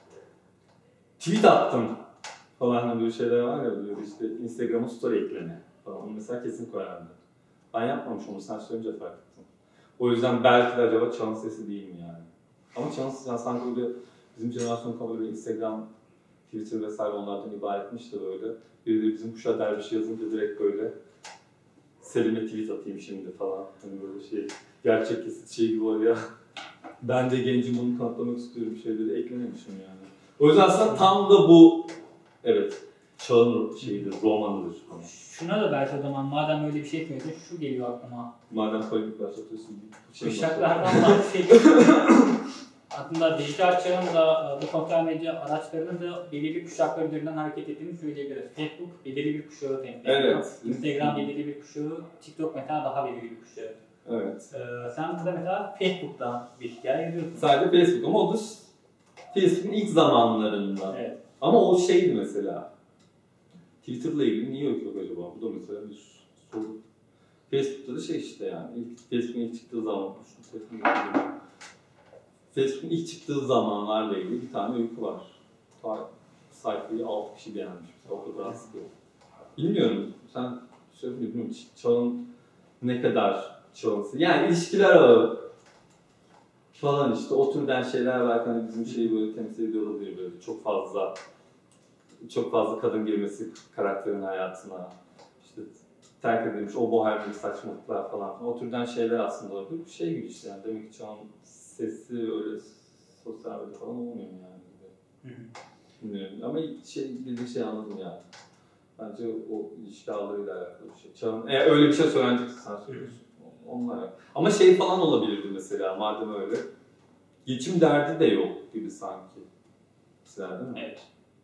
Tweet attım falan hani böyle şeyler var ya, böyle işte Instagram'a story ekleme falan, onu mesela kesin koyardı. Ben yapmamışım onu, sen söyleyince fark ettim. O yüzden belki de acaba çağın sesi değil mi yani? Ama çağın sesi yani sanki böyle bizim jenerasyon kafaları böyle Instagram, Twitter vesaire onlardan ibaretmiş de böyle. Bir de bizim kuşağı derviş yazınca direkt böyle Selim'e tweet atayım şimdi falan. Hani böyle şey, gerçek kesit şey gibi var ya. Ben de gencim, bunu kanıtlamak istiyorum şeyleri eklememişim yani. O yüzden aslında tam da bu, evet, çağın şeyidir, romanıdır. Şuna da belki o zaman madem öyle bir şey etmiyorsun, şu geliyor aklıma. Madem polemik başlatıyorsun, bir şey Kuşaklardan bahsediyoruz. Aslında dijital çağın da bu sosyal medya araçlarının da belirli kuşaklar üzerinden hareket ettiğini söyleyebiliriz. Facebook belirli bir kuşağı temsil ediyor. Evet. Instagram belirli bir kuşağı, TikTok mesela daha belirli bir kuşağı. Evet. Ee, sen burada mesela Facebook'tan bir hikaye yazıyorsun. Sadece Facebook ama o da Facebook'un ilk zamanlarında. Evet. Ama o şeydi mesela. Twitter'la ilgili niye yok yok acaba? Bu da mesela bir soru. Facebook'ta da şey işte yani, ilk Facebook'un ilk çıktığı zaman, şu Facebook'un Facebook'un ilk çıktığı zamanlarla ilgili bir tane öykü var. Ta sayfayı altı kişi beğenmiş. O kadar az ki. Bilmiyorum, sen söyle bilmiyorum, çağın ne kadar çağınsı. Yani ilişkiler ağı falan işte, o türden şeyler belki hani bizim şeyi böyle temsil ediyor olabilir, böyle çok fazla çok fazla kadın girmesi karakterin hayatına, işte terk edilmiş o bohemlik saçmalıklar falan, o türden şeyler aslında olabilir. Bir şey gibi işte yani, demek ki çağın sesi öyle sosyal medya falan olmuyor yani. Hı hı. Bilmiyorum ama şey, dediğin şey anladım yani. Bence o ilişki ağlarıyla alakalı bir şey. Çağın, eğer öyle bir şey söyleyeceksin sen söylüyorsun. Onunla ama şey falan olabilirdi mesela, madem öyle. Geçim derdi de yok gibi sanki. Mesela değil mi? Evet.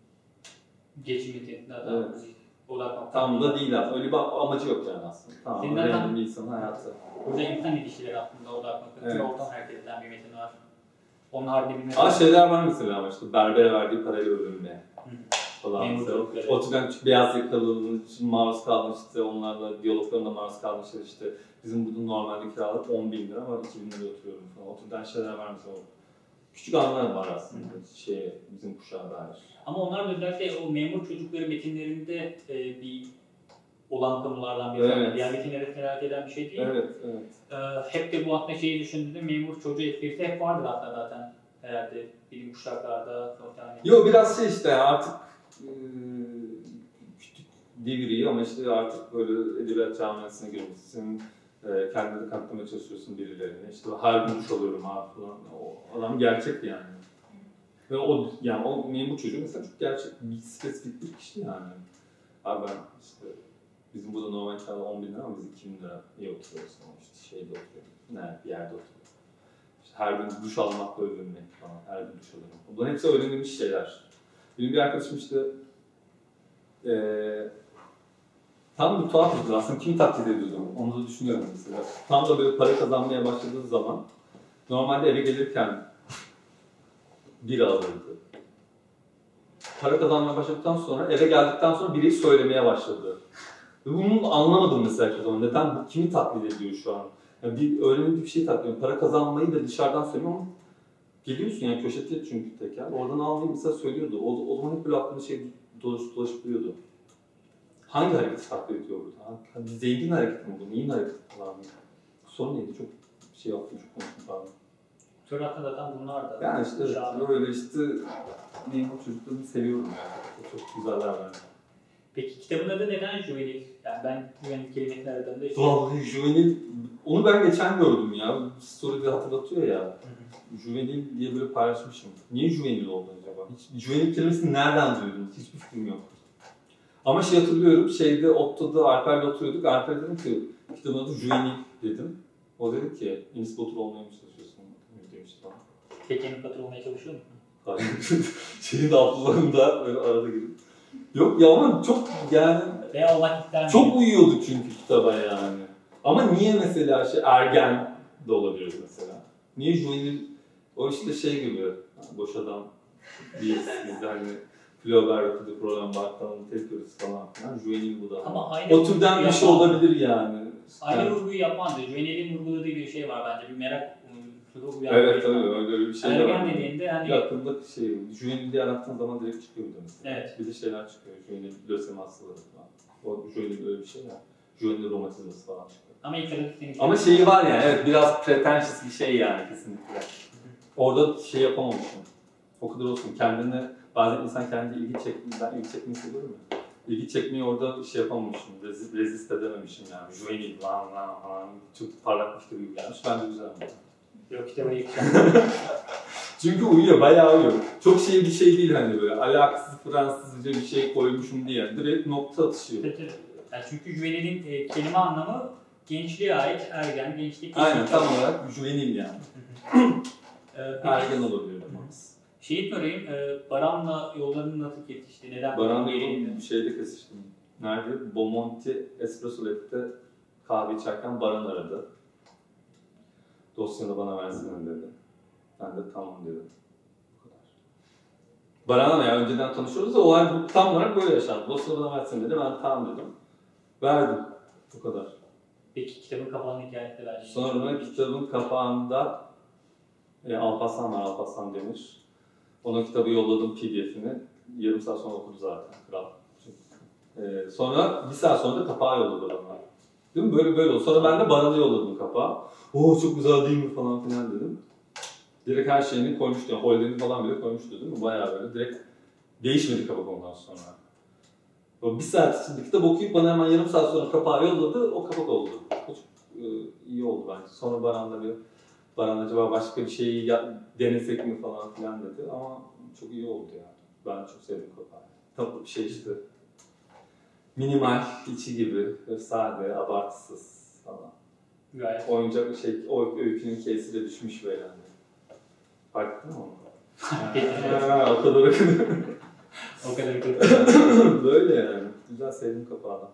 Geçim meselinde Evet. da odaklanmak. Tam da değil aslında. Öyle bir amacı yok yani aslında. Tamam. Senin Random zaten- bir insanın hayatı. Burada insan ilişkileri aslında odaklanmak. Evet. Evet. Ortam hareket eden bir metin var. Onun haricinde bir metin Ama şeyler var mesela ama işte berbere verdiği parayla ölümle falan. Memur Mesela. çocukları. O türden beyaz yakalılığın için maruz kalmış, işte onlarla diyaloglarına maruz kalmışlar işte. Bizim burada normalde kiralık on bin lira ama iki bin liraya oturuyorum falan. O türden şeyler var mesela. Küçük anlar var aslında şey, bizim kuşağa dair. Ama onlar da özellikle o memur çocukları metinlerinde e, bir olan konulardan biri. Evet. Diğer metinlere sirayet eden bir şey değil. Evet, evet. E, hep de bu aslında şeyi düşündüğünde memur çocuğu esprisi hep vardır hatta zaten. Herhalde bilim kuşaklarda, sosyal medya. Yo biraz şey işte artık e, küçük deviriyor ama işte artık böyle edebiyat camiasına girmişsin, Ee, kendini de kanıtlamaya çalışıyorsun birilerine. İşte her gün duş alıyorum abi falan. O adam gerçek yani. Ve o yani o benim bu çocuğum mesela çok gerçek bir spesifik bir kişi yani. Abi ben işte bizim burada normal kira on bin lira ama biz iki bin lira iyi oturuyoruz ama işte şeyde oturuyorum. Ne bir yerde oturuyorum. İşte her gün duş almakla övünmek falan. Her gün duş alıyorum. Bunların hepsi öğrenilmiş şeyler. Benim bir arkadaşım işte ee, tam bir tuhaf bir aslında kimi taklit ediyordum onu da düşünüyorum mesela. Tam da böyle para kazanmaya başladığı zaman normalde eve gelirken biri alırdı. Para kazanmaya başladıktan sonra eve geldikten sonra biri söylemeye başladı. Ve bunu anlamadım mesela o zaman. Neden bu kimi taklit ediyor şu an? Yani bir öğrenilmiş bir şey taklit ediyor. Para kazanmayı da dışarıdan söylüyor ama geliyorsun yani köşete çünkü teker. Oradan almayı mesela söylüyordu. O, o zaman hep böyle aklımda şey dolaşıp dolaşıp duruyordu. Hangi hareketi taklit ediyor burada? Hani zengin hareketi mi bu? Neyin hareketi falan? Sorun neydi? Çok şey yaptım, çok konuştum falan. Tırnakta zaten bunlar da. Yani işte Şahane. böyle işte benim bu çocuklarını seviyorum yani. Çok güzeller bence. Peki kitabın adı neden juvenil? Yani ben juvenil kelimesini aradığımda işte... Vallahi juvenil, onu ben geçen gördüm ya. Story'de hatırlatıyor ya. Hı hı. Juvenil diye böyle paylaşmışım. Niye juvenil oldu acaba? Hiç, juvenil kelimesini nereden duydum? Hiçbir fikrim yok. Ama şey hatırlıyorum, şeyde Otto'da Alper'le oturuyorduk. Alper dedim ki, kitabın adı Juvenil dedim. O dedi ki, Enis Batur olmaya mı çalışıyorsun? Demişti bana. Peki Enis Batur olmaya çalışıyor musun? Hayır. Şeyin hafızalarında böyle arada girip. Yok ya ama çok yani... Veya olmak ister çok uyuyordu çünkü kitaba yani. Ama niye mesela şey ergen de olabilir mesela? Niye juvenil? O işte şey gibi, boş adam biz, biz de hani Flaubert okudu, program Barthel'ın tepkisi falan filan. Juvenil bu da. Ama aynı o türden bir şey olabilir yani. Aynı yani. vurguyu yapmaz da. Juvenil'in vurguladığı bir şey var bence. Bir merak ruhu uyanmak. Evet tabii öyle bir şey var. Ergen dediğinde hani... Aklımda şey, juvenil diye arattığın zaman direkt çıkıyor bir de mesela. Evet. Bir de şeyler çıkıyor, juvenil lösemi hastaları falan. O juvenil öyle bir şey ya. Juvenil romatizması falan çıkıyor. Ama ilk adı senin... Ama şeyi var yani, evet biraz pretentious bir şey yani kesinlikle. Orada şey yapamamışım. O kadar olsun kendine, bazen insan kendi ilgi çekmeyi, ben ilgi çekmeyi seviyorum ya. İlgi çekmeyi orada şey yapamamışım, rez, rezist edememişim yani. Juvenil lan lan falan, çok parlakmış gibi gelmiş, bence güzel ama. Yok kitabı yıkacağım. Çünkü uyuyor, bayağı uyuyor. Çok şey bir şey değil hani böyle, alakasız Fransızca bir şey koymuşum diye. Direkt nokta atışı. Peki. Yani çünkü juvenilin e, kelime anlamı gençliğe ait ergen, gençlik. Aynen tam olarak juvenil yani. Ee, Ergen olabilir. Şehit Nuray'ın e, Baran'la yollarının nasıl kesişti? Neden? Baran'la yolum bir şeyde kesiştim. Nerede? Bomonti Espresso Lab'de kahve içerken Baran aradı. Dosyanı bana versene dedi. Ben de tamam dedim. Bu kadar. Baran'la ya önceden tanışıyoruz da olay bu, tam olarak böyle yaşandı. Dosyanı bana versene dedi. Ben tamam dedim. Verdim. Bu kadar. Peki kitabın kapağının hikayesi de bence. Sonra kitabın kapağında e, Alparslan var, Alparslan Demir. Ona kitabı yolladım P D F'ini. Yarım saat sonra okudu zaten. Kral. Ee, sonra bir saat sonra da kapağı yolladı bana. Değil mi? Böyle böyle oldu. Sonra ben de Baran'a yolladım kapağı. Oo çok güzel değil mi falan filan dedim. Direkt her şeyini koymuştu. Yani holderini falan bile koymuştu değil mi? Bayağı böyle direkt değişmedi kapak ondan sonra. O bir saat içinde kitap okuyup bana hemen yarım saat sonra kapağı yolladı. O kapak oldu. O çok e, iyi oldu bence. Sonra Baran'la bir Baran acaba başka bir şeyi ya, denesek mi falan filan dedi ama çok iyi oldu yani. Ben çok sevdim kapağı. Tabii bir şey işte. Minimal, içi gibi, sade, abartısız falan. Gayet. Oyuncak şey, o öykünün case'i de düşmüş böyle hani. Fark ettin mi onu? Ha, o kadar akıllı. O kadar akıllı. Böyle yani. Güzel sevdim kapağını.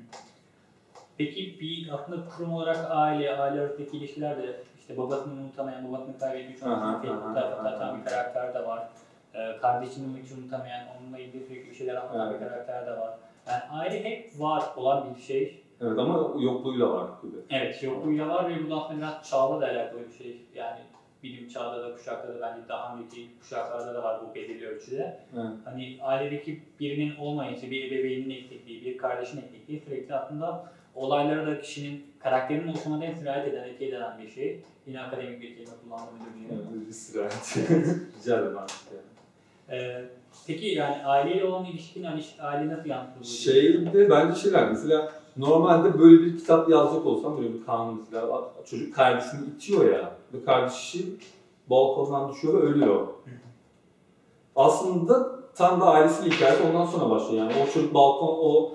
Peki bir aslında kurum olarak aile, aile arasındaki ilişkiler de işte babasını unutamayan, babasını kaybetmiş olmasının Fethi tarafında atan bir karakter de var. Ee, kardeşini hiç unutamayan, onunla ilgili sürekli bir şeyler anlatan evet. bir karakter de var. Yani aile hep var olan bir şey. Evet ama yokluğuyla var gibi. Evet, yokluğuyla var ve bu da aslında biraz çağla da alakalı bir şey. Yani bilim çağda da, kuşakta da bence daha önceki kuşaklarda da var bu belirli ölçüde. Evet. Hani ailedeki birinin olmayışı, bir ebeveynin eksikliği, bir kardeşin eksikliği sürekli aslında olaylara da kişinin karakterinin oluşumuna sirayet eden, etki eden bir şey. Yine akademik bir kelime kullandım özür dilerim. Evet, sirayet. Rica ederim artık yani. Ee, peki yani aileyle olan ilişkini, hani aile nasıl yansıtıyor? Şeyde bence şeyler mesela normalde böyle bir kitap yazacak olsam böyle bir kanun mesela çocuk kardeşini itiyor ya ve kardeşi balkondan düşüyor ve ölüyor. Aslında tam da ailesiyle hikayesi ondan sonra başlıyor yani o çocuk balkon o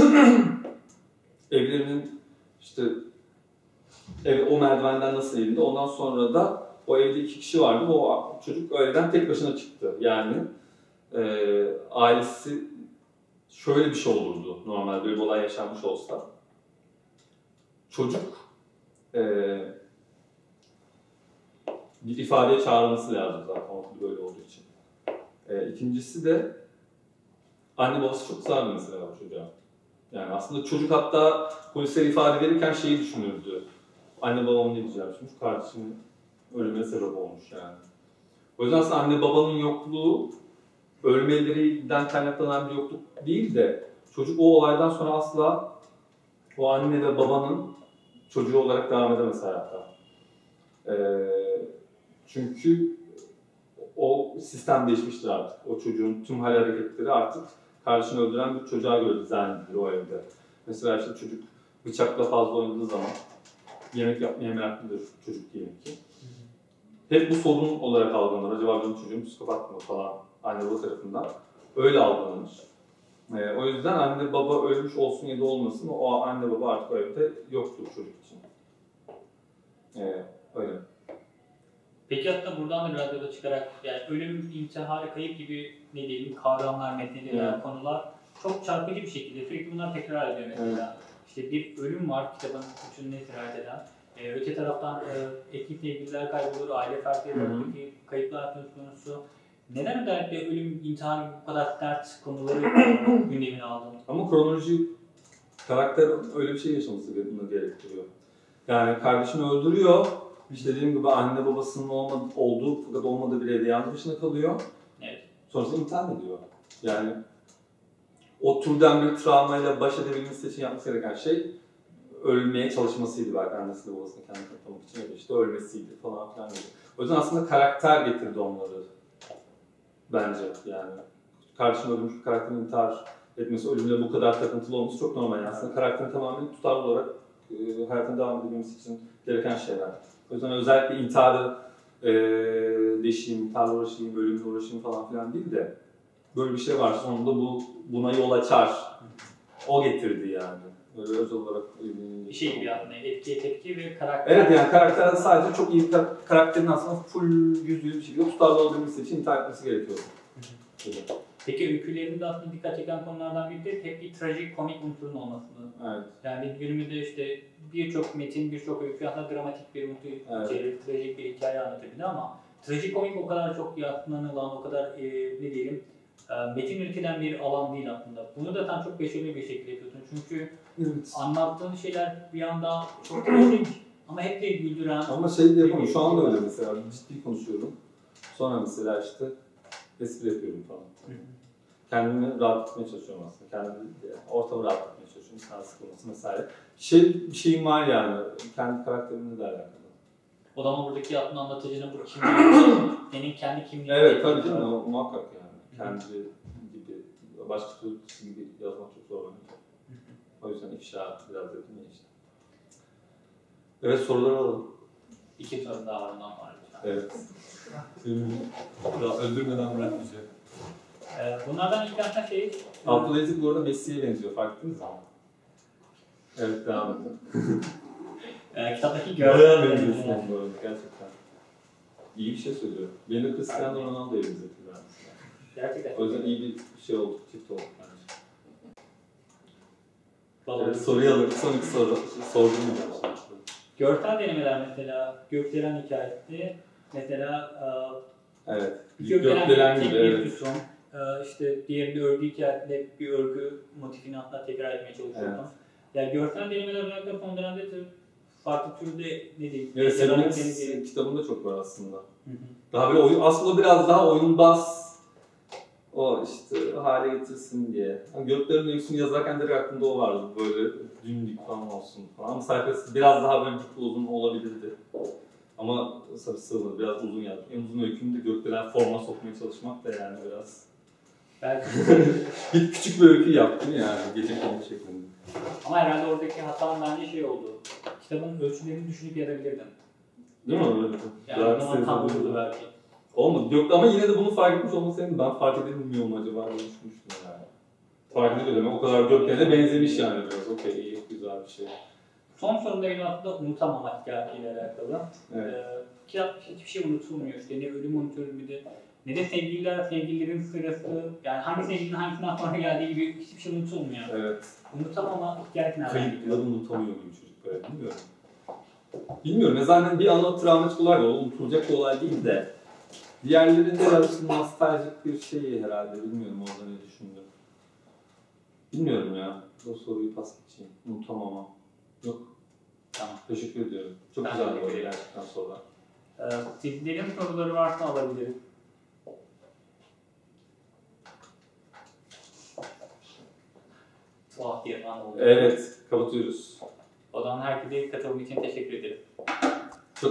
evlerinin işte ev, o merdivenden nasıl elinde ondan sonra da o evde iki kişi vardı o çocuk o evden tek başına çıktı yani e, ailesi şöyle bir şey olurdu normalde böyle bir olay yaşanmış olsa çocuk e, bir ifadeye çağrılması lazım zaten böyle olduğu için. E, ikincisi de anne babası çok kızardı mesela o çocuğa. Yani aslında çocuk hatta polise ifade verirken şeyi düşünürdü. Anne babam ne diyeceğim şimdi? Kardeşimin ölümüne sebep olmuş yani. O yüzden aslında anne babanın yokluğu ölmelerinden kaynaklanan bir yokluk değil de çocuk o olaydan sonra asla o anne ve babanın çocuğu olarak devam edemez hayatta. Ee, çünkü o sistem değişmiştir artık. O çocuğun tüm hal hareketleri artık kardeşini öldüren bir çocuğa göre dizayn edilir o evde. Mesela işte çocuk bıçakla fazla oynadığı zaman yemek yapmaya meraklıdır çocuk diyelim ki. Hep bu sorun olarak algılanır. Acaba benim çocuğum psikopat mı falan anne baba tarafından. Öyle algılanır. Ee, o yüzden anne baba ölmüş olsun ya da olmasın o anne baba artık o evde yoktur çocuk için. Ee, öyle. Peki hatta buradan da biraz yola çıkarak yani ölüm, intihar, kayıp gibi ne diyelim kavramlar, metinler, Evet. konular çok çarpıcı bir şekilde sürekli bunlar tekrar ediyor mesela. Evet. İşte bir ölüm var kitabın bütününe sirayet eden. Ee, öte taraftan e, ekip ilgililer kaybolur, aile fertleri kayıplar söz konusu. Neden özellikle ölüm, intihar gibi bu kadar dert konuları gündemine aldın? Ama kronoloji karakter öyle bir şey yaşaması gerektiriyor. Yani kardeşini öldürüyor. İşte dediğim gibi anne babasının olmadı, olduğu fakat olmadığı bir evde yalnız başına kalıyor. Evet. Sonrasında intihar ediyor. Yani o türden bir travmayla baş edebilmesi için yapması gereken şey ölmeye çalışmasıydı belki annesine babasına kendini katlamak için ya da işte ölmesiydi falan filan gibi. O yüzden aslında karakter getirdi onları bence yani. Kardeşinin ölmüş karakterin intihar etmesi, ölümle bu kadar takıntılı olması çok normal. Yani aslında karakterin tamamen tutarlı olarak e, hayatına devam edebilmesi için gereken şeyler. O yüzden özellikle intiharı e, deşeyim, intiharla uğraşayım, ölümle uğraşayım falan filan değil de böyle bir şey varsa sonunda bu buna yol açar. O getirdi yani. Böyle özel olarak bir şey gibi aslında etkiye tepki ve karakter. Evet yani karakter sadece çok iyi kar- karakterin aslında full yüz yüz bir şekilde tutarlı olabilmesi için intihar etmesi gerekiyor. Evet. Peki öykülerinde aslında dikkat çeken konulardan biri de hep bir trajik komik unsurun olması. Evet. Yani günümüzde işte birçok metin, birçok öykü aslında dramatik bir unsur Evet. içerir, trajik bir hikaye anlatabilir ama trajik komik o kadar çok yatsınanılan, o kadar e, ne diyelim e, metin üretilen bir alan değil aslında. Bunu da sen çok başarılı bir şekilde yapıyorsun çünkü Evet. anlattığın şeyler bir anda çok trajik ama hep de güldüren. Ama şey de yapamıyorum. Şu anda öyle mesela ciddi konuşuyorum. Sonra mesela işte espri yapıyorum falan. Hı hı. Kendimi rahat tutmaya çalışıyorum aslında. Kendimi ortamı rahat tutmaya çalışıyorum. İnsan sıkılması vesaire. Şey, bir şeyim var yani. Kendi karakterimle de alakalı. O zaman buradaki aslında anlatıcının bu kimliği, senin kendi kimliğini... Evet tabii canım o, muhakkak yani. Kendi gibi, başkası gibi yazmak çok zor bence. O yüzden ifşa biraz dedim ya işte. Evet soruları alalım. İki soru daha var ondan sonra. Evet. Şimdi daha öldürmeden bırakmayacak. Ee, bunlardan ilk aslında şey... Abdülaziz bu arada Messi'ye benziyor, fark ettiniz mi? Evet, devam edin. e, kitaptaki Bayağı gördüğüm... benziyorsun yani. Bu arada, gerçekten. İyi bir şey söylüyor. Beni de Cristiano Ronaldo'ya benzetiyor yani. Gerçekten. O yüzden iyi bir şey olduk, çift olduk bence. Vallahi Evet, soruyu alalım. Son iki soru. Sordum mu ben şimdi? Görsel denemeler mesela, Gökdelen hikayesi, mesela Evet. e, Gökdelen, Gökdelen tek gibi, bir evet. füsun, e, işte diğerinde örgü hikayesinde bir örgü motifini hatta tekrar etmeye çalışıyordum. Evet. Yani görsel denemeler özellikle son dönemde de farklı türde ne diyeyim? Evet, yabancı Serenix deneyimleri- kitabında çok var aslında. Hı hı. Daha böyle oyun, aslında biraz daha oyunbaz o işte hale getirsin diye. Yani Göklerin Öyküsü'nü yazarken direkt aklımda o vardı. Böyle günlük falan olsun falan. Ama sayfası biraz daha böyle dik uzun olabilirdi. Ama tabii sığmadı, biraz uzun yazdım. En uzun öykümü de gökdelen forma sokmaya çalışmak da yani biraz... Belki Bir küçük bir öykü yaptım yani gece kondu şeklinde. ama herhalde oradaki hatan bence şey oldu. Kitabın ölçülerini düşünüp yazabilirdin. Değil mi öyle? Yani o zaman tam olurdu belki. Olmadı. Yok ama yine de bunu fark etmiş olmasaydım ben fark edilmiyor mu acaba diye düşünmüştüm yani. Fark edildi demek o kadar gökdele benzemiş yani biraz. Okey, iyi, güzel bir şey. Son sorumda benim aslında unutamamak hikâyesiyle alakalı. Evet. Ee, kitap hiçbir şey unutulmuyor. İşte ne ölüm unutuyoruz bir de. Ne de sevgililer, sevgililerin sırası. Yani hangi sevgilinin hangisinden sonra geldiği gibi hiçbir şey unutulmuyor. Evet. Unutamama hikâyesi nereden Kayıpları geliyor? unutamıyor gibi çocuk böyle, bilmiyorum. Bilmiyorum ya zaten bir anı travmatik olay var, o unutulacak bir olay değil de diğerlerinde biraz nostaljik bir şey herhalde, bilmiyorum orada ne düşündü. Bilmiyorum ya, o soruyu pas geçeyim, unutamam. Yok. Tamam. Teşekkür ediyorum. Çok Ben güzel teşekkür bir olay ederim. gerçekten sorular. Ee, sizlerin soruları varsa alabiliriz. Tuhaf bir an oldu. Evet, kapatıyoruz. O zaman herkese katılım için teşekkür ederim.